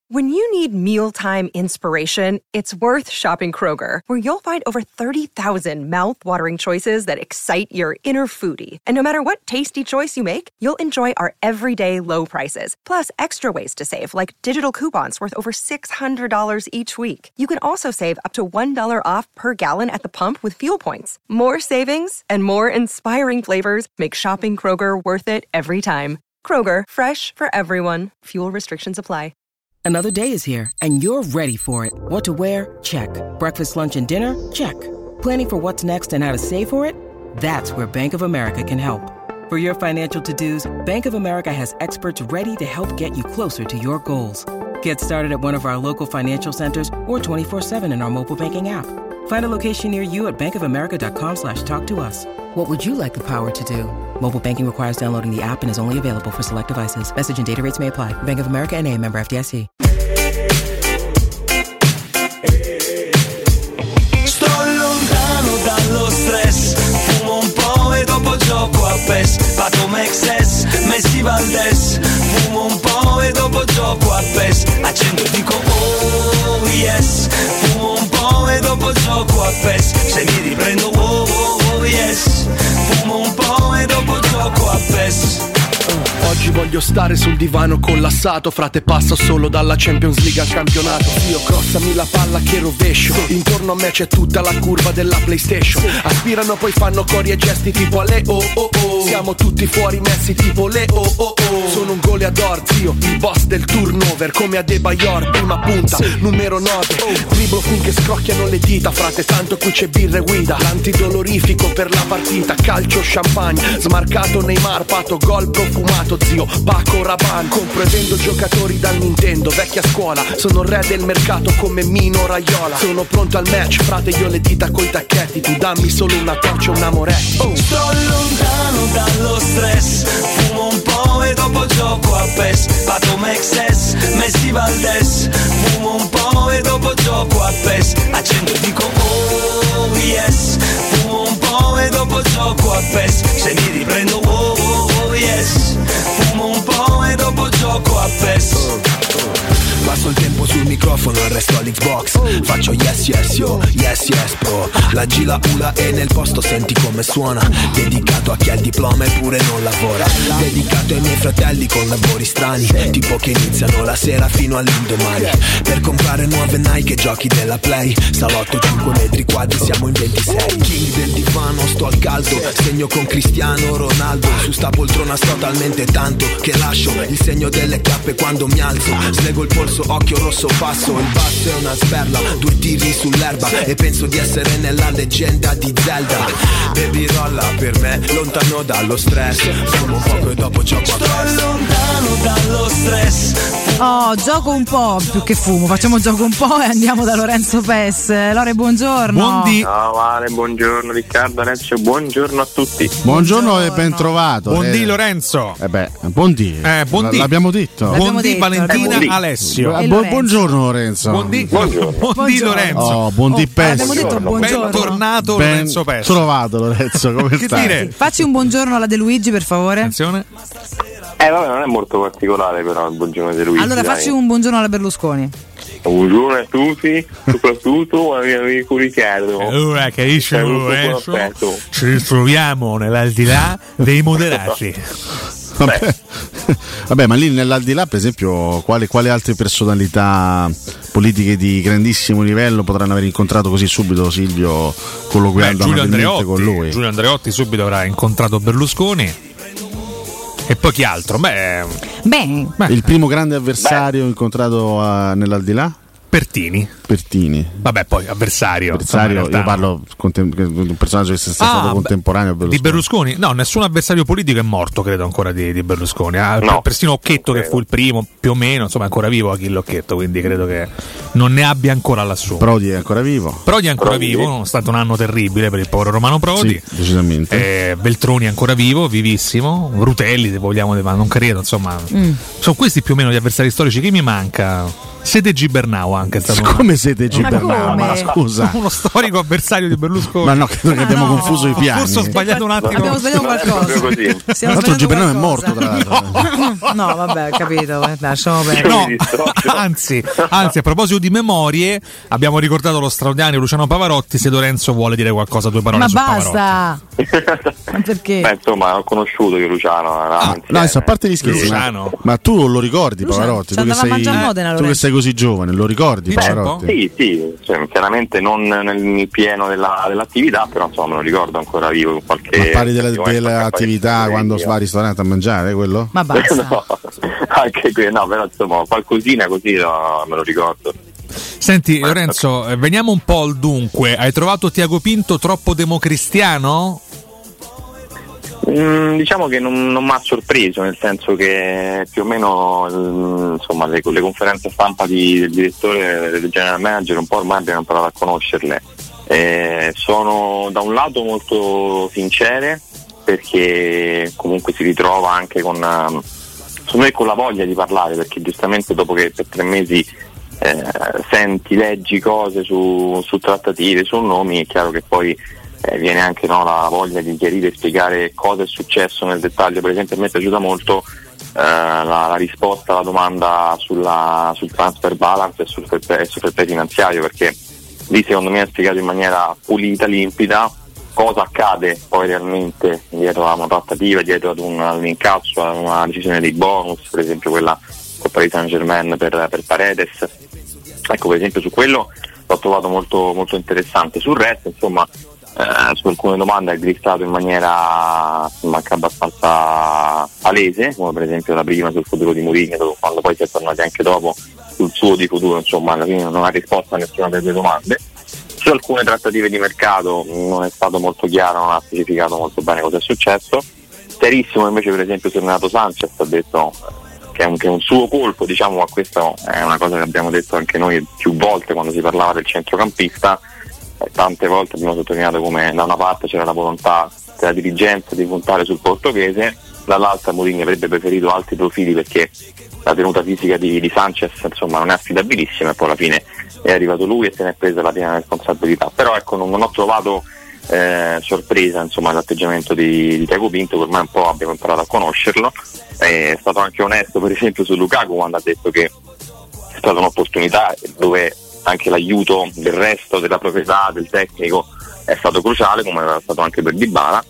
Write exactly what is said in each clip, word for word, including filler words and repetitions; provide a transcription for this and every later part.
When you need mealtime inspiration, it's worth shopping Kroger, where you'll find over thirty thousand mouth-watering choices that excite your inner foodie. And no matter what tasty choice you make, you'll enjoy our everyday low prices, plus extra ways to save, like digital coupons worth over six hundred dollars each week. You can also save up to one dollar off per gallon at the pump with fuel points. More savings and more inspiring flavors make shopping Kroger worth it every time. Kroger, fresh for everyone. Fuel restrictions apply. Another day is here, and you're ready for it. What to wear? Check. Breakfast, lunch, and dinner? Check. Planning for what's next and how to save for it? That's where Bank of America can help. For your financial to-dos, Bank of America has experts ready to help get you closer to your goals. Get started at one of our local financial centers or twenty-four seven in our mobile banking app. Find a location near you at bankofamerica.com slash talk to us. What would you like the power to do? Mobile banking requires downloading the app and is only available for select devices. Message and data rates may apply. Bank of America N A, member F D I C. Sto lontano dallo stress, fumo un po' e dopo gioco a P E S. Pato Mexes, Messi Valdes, fumo un po' e dopo gioco a P E S. Accendo e dico oh yes, fumo un po' e dopo gioco a P E S. Se mi riprendo oh oh oh yes, fumo un po' e dopo gioco a P E S. Oggi voglio stare sul divano collassato, frate, passo solo dalla Champions League al campionato. Io crossami la palla che rovescio, intorno a me c'è tutta la curva della PlayStation. Aspirano poi fanno cori e gesti tipo alle oh oh oh. Siamo tutti fuori messi tipo le oh oh oh. Sono un goleador, zio, il boss del turnover, come Adebayor, prima punta, numero nove. Dribblo finché scrocchiano le dita, frate, tanto qui c'è birra e guida. L'antidolorifico per la partita, calcio champagne, smarcato Neymar, pato gol profumato, zio, Paco Rabanne. Compro e vendo giocatori dal Nintendo, vecchia scuola, sono il re del mercato come Mino Raiola. Sono pronto al match, frate, io le dita coi tacchetti, tu dammi solo una torcia e una Moretti. oh. Sto lontano dallo stress, fumo un po' e dopo gioco a P E S. Pato Mexes, Messi Valdes, fumo un po' e dopo gioco a P E S. Accendo e dico oh yes, fumo un po' e dopo gioco a P E S. Se mi riprendo oh oh oh yes, fumo un po' e dopo gioco a P E S. Passo il tempo sul microfono e resto all'Xbox. Faccio yes yes yo, yes yes pro. La G la ula e nel posto senti come suona. Dedicato a chi ha il diploma eppure non lavora. Dedicato ai miei fratelli con lavori strani, tipo che iniziano la sera fino all'indomani. Per comprare nuove Nike e giochi della Play. Salotto cinque metri quadri, siamo in ventisei. King del divano, sto al caldo. Segno con Cristiano Ronaldo. Su sta poltrona sto talmente tanto che lascio il segno delle cappe quando mi alzo. Slego il polso, occhio rosso, passo. Il basso è una sberla, due tiri sull'erba e penso di essere nella leggenda di Zelda. Baby rolla per me, lontano dallo stress. Fumo un poco e dopo gioco a P E S. Sto lontano dallo stress. Oh, gioco un po' più che fumo. Facciamo gioco un po' e andiamo da Lorenzo Pes. Lore, buongiorno. Buondì. Ciao Vale, buongiorno Riccardo, Alessio, buongiorno a tutti. Buongiorno, buongiorno. E ben trovato. Buondì eh, Lorenzo. Eh beh, buondì. Eh, buondì. L- l'abbiamo detto. Buondì Valentina, eh, buondì. Alessio. Bu- bu- buongiorno Lorenzo. Buondì, buongiorno. buondì Lorenzo. Oh, buondì oh, Pes. Abbiamo detto buongiorno. Bentornato ben Lorenzo Pes. Trovato Lorenzo, come che stai? Dire? Facci un buongiorno alla De Luigi, per favore. Attenzione. Eh vabbè, non è molto particolare però il buongiorno di Luigi. Allora dai. facci un buongiorno alla Berlusconi. Buongiorno a tutti, soprattutto al mio amico Riccardo. Allora carissimo Lorenzo, ci ritroviamo nell'aldilà dei moderati. Vabbè. Vabbè, ma lì nell'aldilà, per esempio, quali, quali altre personalità politiche di grandissimo livello potranno aver incontrato così subito Silvio, colloquiando Giulio amabilmente con lui? Giulio Andreotti subito avrà incontrato Berlusconi. E poi chi altro? Beh, Beh. Il primo grande avversario Beh. incontrato a, nell'aldilà? Pertini. Pertini. Vabbè, poi avversario. Avversario, insomma, io parlo contem- di un personaggio che sia stato ah, contemporaneo a Berlusconi. Di Berlusconi? No, nessun avversario politico è morto, credo, ancora di, di Berlusconi. Ah, no, persino Occhetto, che fu il primo, più o meno, insomma, è ancora vivo Achille Occhetto, quindi credo che non ne abbia ancora lassù. Prodi è ancora vivo. Prodi è ancora Prodi. vivo, è stato un anno terribile per il povero Romano Prodi. Sì, decisamente. Eh, Veltroni è ancora vivo, vivissimo. Rutelli, se vogliamo, ma non credo, insomma. Mm. Sono questi più o meno gli avversari storici. Chi mi manca? Sete Gibernau anche è stato come Sete Gibernau? Ma ma scusa, uno storico avversario di Berlusconi. ma no, credo che abbiamo no. confuso i piani. Forse ho sbagliato un attimo. Abbiamo sbagliato qualcosa. Tra Stiamo l'altro sbagliando Gibernau è qualcosa. morto, tra l'altro. No, vabbè, capito. eh, Lasciamo perdere. No, anzi, anzi, a proposito di memorie, abbiamo ricordato lo straordinario Luciano Pavarotti. Se Lorenzo vuole dire qualcosa, due parole Ma su Pavarotti. basta. Ma perché? Beh, insomma, ho conosciuto io Luciano. Ah, no, adesso, a parte gli scherzi, ma, Luciano. ma tu non lo ricordi Luciano, Pavarotti? ci Tu che, andava a sei, mangiare a Modena, tu che Lorenzo. sei così giovane, lo ricordi Dice un Pavarotti? Sì, sì, cioè, chiaramente non nel pieno della, dell'attività, però insomma me lo ricordo ancora vivo con qualche. Ma parli della- qualche- dell'attività qualche- quando va al ristorante a mangiare, quello? Ma basta. No, anche qui, no, però insomma qualcosina così no, me lo ricordo. Senti Lorenzo, eh, veniamo un po' al dunque. Hai trovato Tiago Pinto troppo democristiano? Mm, diciamo che non, non mi ha sorpreso, nel senso che più o meno mm, insomma le, le conferenze stampa di, del direttore, del general manager, un po' ormai abbiamo imparato a conoscerle. Eh, sono da un lato molto sincere, perché comunque si ritrova anche con, um, secondo me, con la voglia di parlare, perché giustamente dopo che per tre mesi eh, senti, leggi cose su, su trattative, su nomi, è chiaro che poi Eh, viene anche no, la voglia di chiarire e spiegare cosa è successo nel dettaglio. Per esempio a me è piaciuta molto eh, la, la risposta alla domanda sulla, sul transfer balance e sul fair play, sul fair play finanziario, perché lì secondo me ha spiegato in maniera pulita, limpida, cosa accade poi realmente dietro a una trattativa, dietro ad un, ad un incasso, a una decisione dei bonus, per esempio quella con Paris Saint-Germain per, per Paredes. Ecco, per esempio su quello l'ho trovato molto, molto interessante. Sul resto, insomma, Eh, su alcune domande ha glissato in maniera anche abbastanza palese, come per esempio la prima sul futuro di Mourinho, quando poi si è tornati anche dopo sul suo di futuro, insomma alla fine non ha risposto a nessuna delle domande. Su alcune trattative di mercato non è stato molto chiaro, non ha specificato molto bene cosa è successo. Chiarissimo invece per esempio su Renato Sanchez, ha detto che è un, che è un suo colpo, diciamo, ma questa è una cosa che abbiamo detto anche noi più volte quando si parlava del centrocampista. Tante volte abbiamo sottolineato come da una parte c'era la volontà della dirigenza di puntare sul portoghese, dall'altra Mourinho avrebbe preferito altri profili perché la tenuta fisica di, di Sanchez insomma non è affidabilissima, e poi alla fine è arrivato lui e se ne è presa la piena responsabilità. Però ecco, non, non ho trovato eh, sorpresa insomma l'atteggiamento di, di Tiago Pinto, che ormai un po' abbiamo imparato a conoscerlo. È stato anche onesto per esempio su Lukaku, quando ha detto che è stata un'opportunità dove anche l'aiuto del resto della proprietà, del tecnico, è stato cruciale, come era stato anche per Dybala,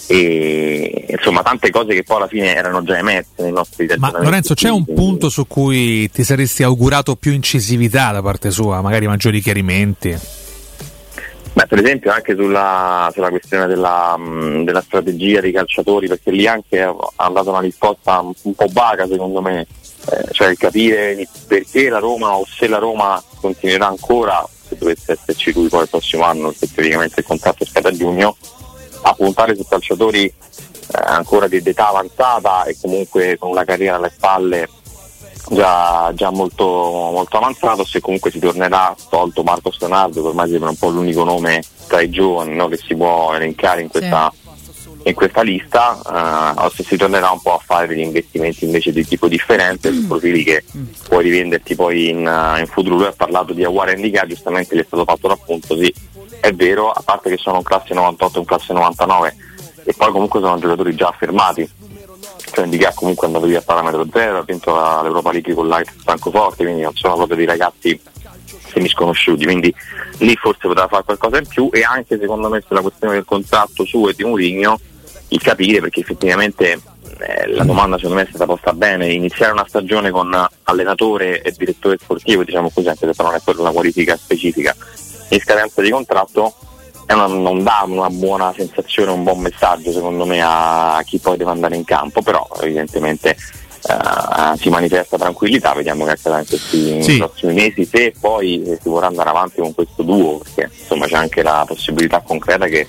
e insomma tante cose che poi alla fine erano già emerse nei nostri Ma Lorenzo, c'è un punto su cui ti saresti augurato più incisività da parte sua, magari maggiori chiarimenti? Beh, per esempio anche sulla, sulla questione della, mh, della strategia dei calciatori, perché lì anche ha dato una risposta un po' vaga secondo me, eh, cioè il capire perché la Roma, o se la Roma continuerà ancora, se dovesse esserci lui poi il prossimo anno, se teoricamente il contratto scade a giugno, a puntare su calciatori eh, ancora di età avanzata e comunque con una carriera alle spalle già, già molto, molto avanzato, se comunque si tornerà, tolto Marcos Leonardo, che ormai sembra un po' l'unico nome tra i giovani, no, che si può elencare in questa, sì. in questa lista, uh, o se si tornerà un po' a fare degli investimenti invece di tipo differente su profili che puoi rivenderti poi in, uh, in futuro. Lui ha parlato di Aouar Ndiaye, giustamente gli è stato fatto l'appunto, sì, è vero, a parte che sono un classe novantotto e un classe novantanove, e poi comunque sono giocatori già affermati, cioè Ndiaye comunque è andato via a parametro zero, ha vinto la, l'Europa League con l'Ajax Francoforte, quindi non sono proprio dei ragazzi semisconosciuti, quindi lì forse poteva fare qualcosa in più. E anche secondo me sulla questione del contratto suo e di Mourinho, il capire, perché effettivamente eh, la domanda secondo me è stata posta bene, iniziare una stagione con allenatore e direttore sportivo, diciamo così, anche se però non è quella una qualifica specifica, in scadenza di contratto, è una, non dà una buona sensazione, un buon messaggio secondo me a, a chi poi deve andare in campo. Però evidentemente uh, si manifesta tranquillità, vediamo che accadrà in questi sì. prossimi mesi, se poi si vorrà andare avanti con questo duo, perché insomma c'è anche la possibilità concreta che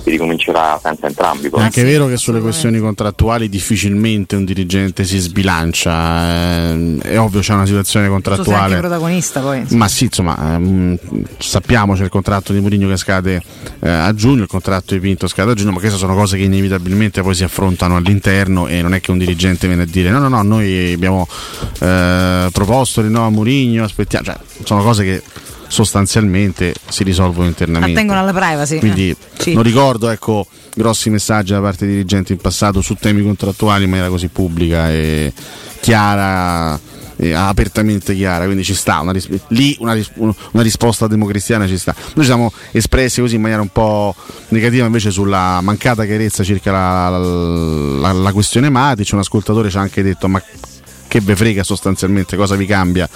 si ricomincerà senza entrambi. È anche vero che sulle questioni contrattuali difficilmente un dirigente si sbilancia, eh, è ovvio c'è una situazione contrattuale. Tu sei anche protagonista poi. Insomma. Ma sì, insomma, ehm, sappiamo c'è il contratto di Mourinho che scade eh, a giugno, il contratto di Pinto scade a giugno, ma queste sono cose che inevitabilmente poi si affrontano all'interno e non è che un dirigente viene a dire no no no noi abbiamo eh, proposto rinnovo a Mourinho, aspettiamo, cioè sono cose che sostanzialmente si risolvono internamente, attengono alla privacy, quindi eh, sì. Non ricordo ecco grossi messaggi da parte dei dirigenti in passato su temi contrattuali in maniera così pubblica e chiara, e apertamente chiara, quindi ci sta una ris- lì una, ris- una risposta democristiana ci sta. Noi ci siamo espressi così in maniera un po' negativa invece sulla mancata chiarezza circa la, la, la questione Matic. Un ascoltatore ci ha anche detto ma che ve frega sostanzialmente, cosa vi cambia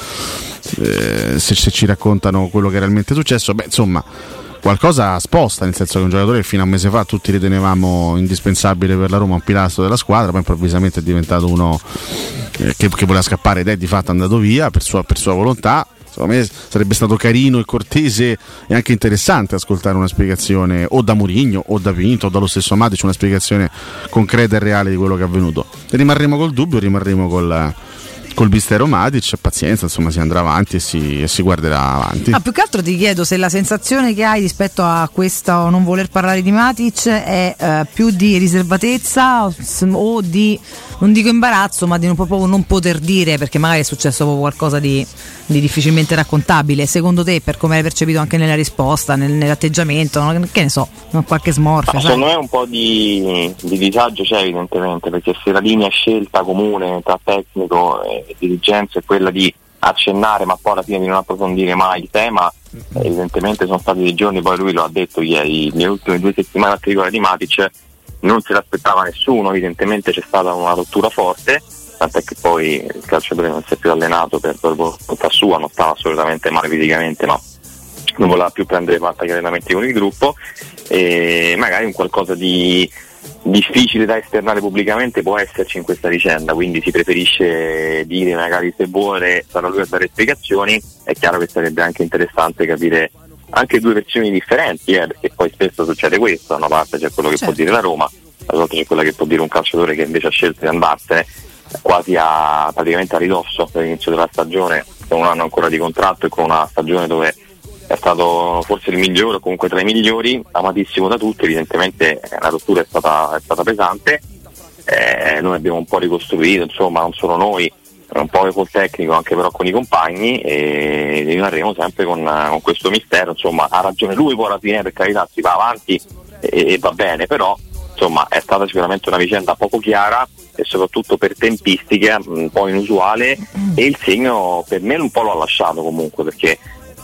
eh, se, se ci raccontano quello che è realmente successo. Beh insomma qualcosa sposta, nel senso che un giocatore che fino a un mese fa tutti ritenevamo indispensabile per la Roma, un pilastro della squadra, poi improvvisamente è diventato uno eh, che, che voleva scappare ed è di fatto andato via per sua, per sua volontà. Secondo me sarebbe stato carino e cortese e anche interessante ascoltare una spiegazione o da Mourinho o da Pinto o dallo stesso Matic, una spiegazione concreta e reale di quello che è avvenuto. E rimarremo col dubbio, rimarremo col col mistero Matic, pazienza, insomma si andrà avanti e si, e si guarderà avanti. Ah, più che altro ti chiedo se la sensazione che hai rispetto a questo non voler parlare di Matic è eh, più di riservatezza o, o di, non dico imbarazzo, ma di non, proprio non poter dire, perché magari è successo proprio qualcosa di, di difficilmente raccontabile. Secondo te, per come hai percepito anche nella risposta, nel, nell'atteggiamento, no? Che ne so, qualche smorfia? Secondo me un po' di, di disagio c'è evidentemente, perché se la linea scelta comune tra tecnico e dirigenza è quella di accennare ma poi alla fine di non approfondire mai il tema, evidentemente sono stati dei giorni, poi lui lo ha detto ieri, le ultime due settimane a trigora di Matic non se l'aspettava nessuno, evidentemente c'è stata una rottura forte, tant'è che poi il calciatore non si è più allenato per volontà sua, non stava assolutamente male fisicamente, ma non voleva più prendere parte agli allenamenti con il gruppo, e magari un qualcosa di difficile da esternare pubblicamente può esserci in questa vicenda, quindi si preferisce dire magari se vuole sarà lui a dare spiegazioni. È chiaro che sarebbe anche interessante capire anche due versioni differenti, eh, perché poi spesso succede questo, da una parte c'è quello che certo. può dire la Roma, dall'altra c'è quella che può dire un calciatore che invece ha scelto di andarsene quasi a, praticamente a ridosso dall'inizio della stagione, con un anno ancora di contratto e con una stagione dove è stato forse il migliore o comunque tra i migliori, amatissimo da tutti. Evidentemente la rottura è stata, è stata pesante, eh, noi abbiamo un po' ricostruito, insomma non solo noi, un po' col tecnico, anche però con i compagni, e rimarremo sempre con, con questo mistero. Insomma ha ragione lui, poi alla fine per carità si va avanti e, e va bene, però insomma è stata sicuramente una vicenda poco chiara e soprattutto per tempistica un po' inusuale, e il segno per me un po' lo ha lasciato comunque, perché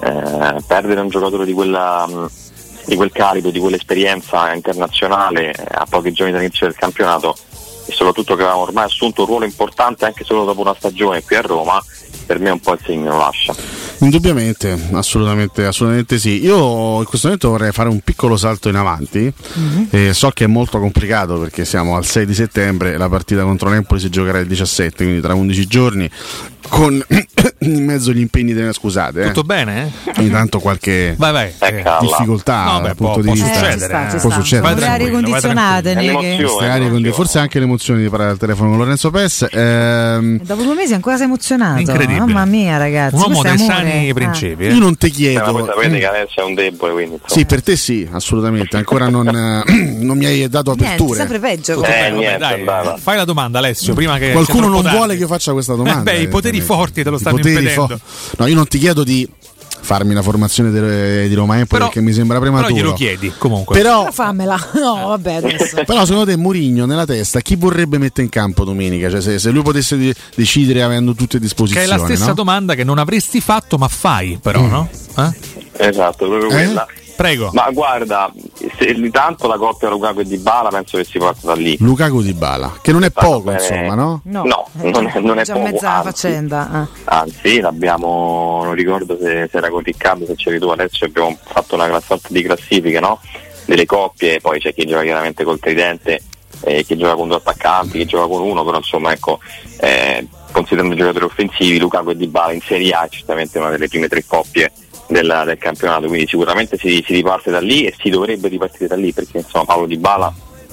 Eh, perdere un giocatore di quella di quel calibro, di quell'esperienza internazionale eh, a pochi giorni dall'inizio del campionato, e soprattutto che aveva ormai assunto un ruolo importante anche solo dopo una stagione qui a Roma, per me un po' il segno lo lascia. Indubbiamente, assolutamente, assolutamente sì. Io in questo momento vorrei fare un piccolo salto in avanti, mm-hmm. eh, so che è molto complicato perché siamo al sei di settembre, la partita contro l'Empoli si giocherà il diciassette, quindi tra undici giorni, con in mezzo gli impegni della, scusate tutto eh. bene? Eh? Intanto qualche vai, vai. Eh, difficoltà no, beh, dal punto può, di può vista succedere, eh, ci sta, eh. può succedere. Le arie condizionate, che... forse anche l'emozione di parlare al telefono con Lorenzo Pes. Ehm... dopo due mesi ancora sei emozionato, incredibile, mamma mia ragazzi, un uomo dei sani principi. Eh. Io non ti chiedo, eh, ma sapete che adesso è un debole, quindi insomma. Sì, per te sì, assolutamente, ancora non, non mi hai dato aperture. Niente, sempre peggio. Eh, bene, niente, dai, fai la domanda Alessio, prima che qualcuno non vuole che io faccia questa domanda. Eh beh, i poteri forti te lo stanno impedendo. Fo- no, io non ti chiedo di farmi la formazione de, di Roma Empoli perché mi sembra prematuro. Però glielo chiedi comunque. Però, però fammela. No, vabbè, adesso. Però secondo te Mourinho nella testa chi vorrebbe mettere in campo domenica? Cioè se, se lui potesse di, decidere avendo tutte a disposizione. Che è la stessa no? domanda che non avresti fatto ma fai però, mm. no? Eh? Esatto, proprio eh? quella. Prego. Ma guarda, se intanto la coppia Lukaku e Dybala penso che si parta da lì. Lukaku Dybala, che non è poco, bene. Insomma, no? No, no non è, non è già poco. mezza anzi, faccenda. Ah. Anzi, l'abbiamo, non ricordo se, se era con Riccardo, se c'eri tu, adesso abbiamo fatto una sorta di classifica, no? Delle coppie, poi c'è chi gioca chiaramente col tridente, eh, chi gioca con due attaccanti, chi gioca con uno, però insomma ecco, eh, considerando i giocatori offensivi, Lukaku e Dybala in Serie A è certamente una delle prime tre coppie del, del campionato, quindi sicuramente si, si riparte da lì e si dovrebbe ripartire da lì, perché insomma Paolo Dybala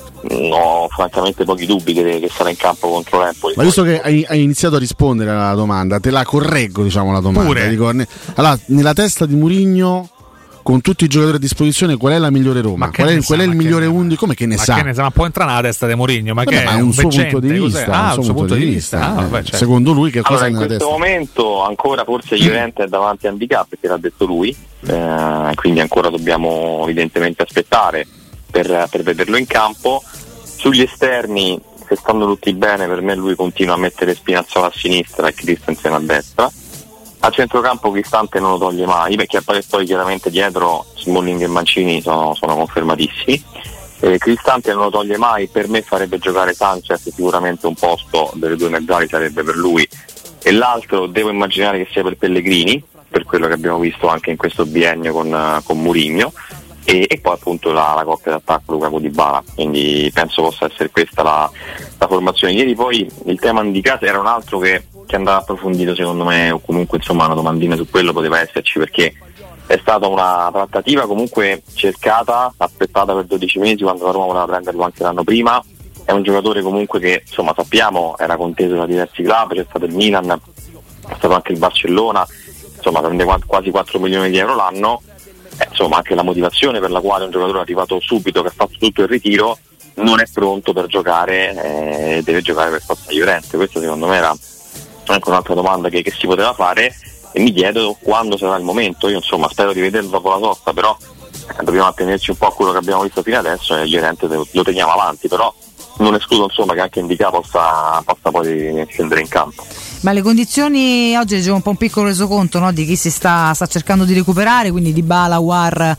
ho francamente pochi dubbi che, che sarà in campo contro l'Empoli. Ma visto che hai, hai iniziato a rispondere alla domanda, te la correggo, diciamo, la domanda. Dico, ne, allora, nella testa di Mourinho, con tutti i giocatori a disposizione, qual è la migliore Roma? Qual è, qual è il migliore undici? Come che ne ma sa? Che ne sa? Ma può entrare nella testa di Mourinho? Ma, che ma è un, un suo punto di vista. Ah, un suo punto di vista. vista. Ah, vabbè, certo. Secondo lui che cosa allora, in questo testa? momento ancora forse Llorente è davanti a handicap, perché l'ha detto lui, eh, quindi ancora dobbiamo evidentemente aspettare per, per vederlo in campo. Sugli esterni, se stanno tutti bene, per me lui continua a mettere Spinazzola a sinistra e Christensen a destra. A centrocampo Cristante non lo toglie mai, perché poi chiaramente dietro Smalling e Mancini sono, sono confermatissimi. Eh, Cristante non lo toglie mai, per me farebbe giocare Sanchez, sicuramente un posto delle due mezzali sarebbe per lui, e l'altro devo immaginare che sia per Pellegrini, per quello che abbiamo visto anche in questo biennio con, con Mourinho. E, e poi appunto la, la coppia d'attacco Lukaku Dybala, quindi penso possa essere questa la, la formazione. Ieri poi il tema indicato era un altro che, che andava approfondito secondo me, o comunque insomma una domandina su quello poteva esserci, perché è stata una trattativa comunque cercata, aspettata per dodici mesi, quando la Roma voleva prenderlo anche l'anno prima. È un giocatore comunque che insomma sappiamo era conteso da diversi club, c'è stato il Milan, è stato anche il Barcellona, insomma prende quasi quattro milioni di euro l'anno. Eh, insomma anche la motivazione per la quale un giocatore è arrivato subito, che ha fatto tutto il ritiro, non è pronto per giocare, eh, deve giocare per forza Llorente. Questa secondo me era anche un'altra domanda che, che si poteva fare, e mi chiedo quando sarà il momento. Io insomma spero di vederlo dopo la sosta, però eh, dobbiamo attenerci un po' a quello che abbiamo visto fino adesso, e Llorente lo teniamo avanti, però non escludo insomma che anche Indica possa, possa poi scendere in campo. Ma le condizioni oggi c'è un po' un piccolo resoconto, no, di chi si sta, sta cercando di recuperare, quindi Dybala, War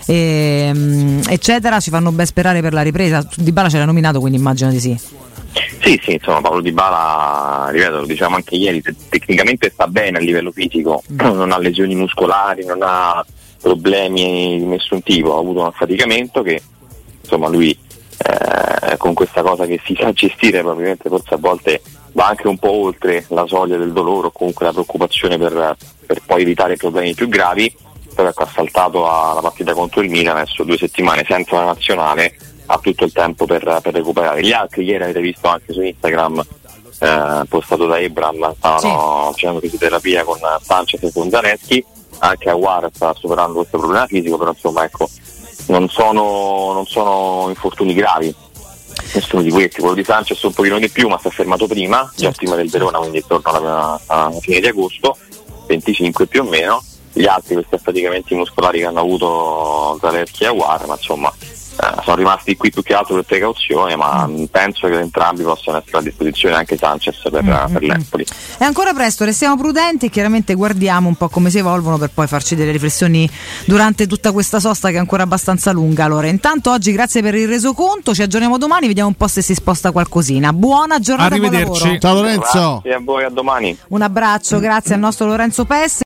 e, eccetera, ci fanno ben sperare per la ripresa. Dybala ce l'ha nominato, quindi immagino di sì. Sì, sì, insomma Paolo Dybala, ripeto, lo diciamo anche ieri, te- tecnicamente sta bene a livello fisico, non ha lesioni muscolari, non ha problemi di nessun tipo, ha avuto un affaticamento che insomma lui eh, con questa cosa che si sa gestire, probabilmente forse a volte va anche un po' oltre la soglia del dolore o comunque la preoccupazione per, per poi evitare problemi più gravi. Poi ecco, ha saltato alla partita contro il Milan, adesso due settimane senza la nazionale, ha tutto il tempo per, per recuperare. Gli altri ieri avete visto anche su Instagram, eh, postato da Ebram, stavano sì. facendo fisioterapia con Sanchez e con Zanetti, anche Aouar sta superando questo problema fisico, però insomma ecco non sono, non sono infortuni gravi, nessuno di questi. Quello di Sanchez un pochino di più, ma si è fermato prima, già prima del Verona, quindi intorno alla, alla fine di agosto, venticinque più o meno. Gli altri questi affaticamenti muscolari che hanno avuto Zanetti e Aouar, ma insomma eh, sono rimasti qui più che altro per precauzione, ma mm. penso che entrambi possano essere a disposizione, anche Sanchez per, mm-hmm. per l'Empoli. È ancora presto, restiamo prudenti e chiaramente guardiamo un po' come si evolvono per poi farci delle riflessioni durante tutta questa sosta che è ancora abbastanza lunga. Allora, intanto oggi grazie per il resoconto, ci aggiorniamo domani, vediamo un po' se si sposta qualcosina. Buona giornata, buon lavoro. Ciao Lorenzo. Grazie a voi, a domani. Un abbraccio, grazie al nostro Lorenzo Pesce.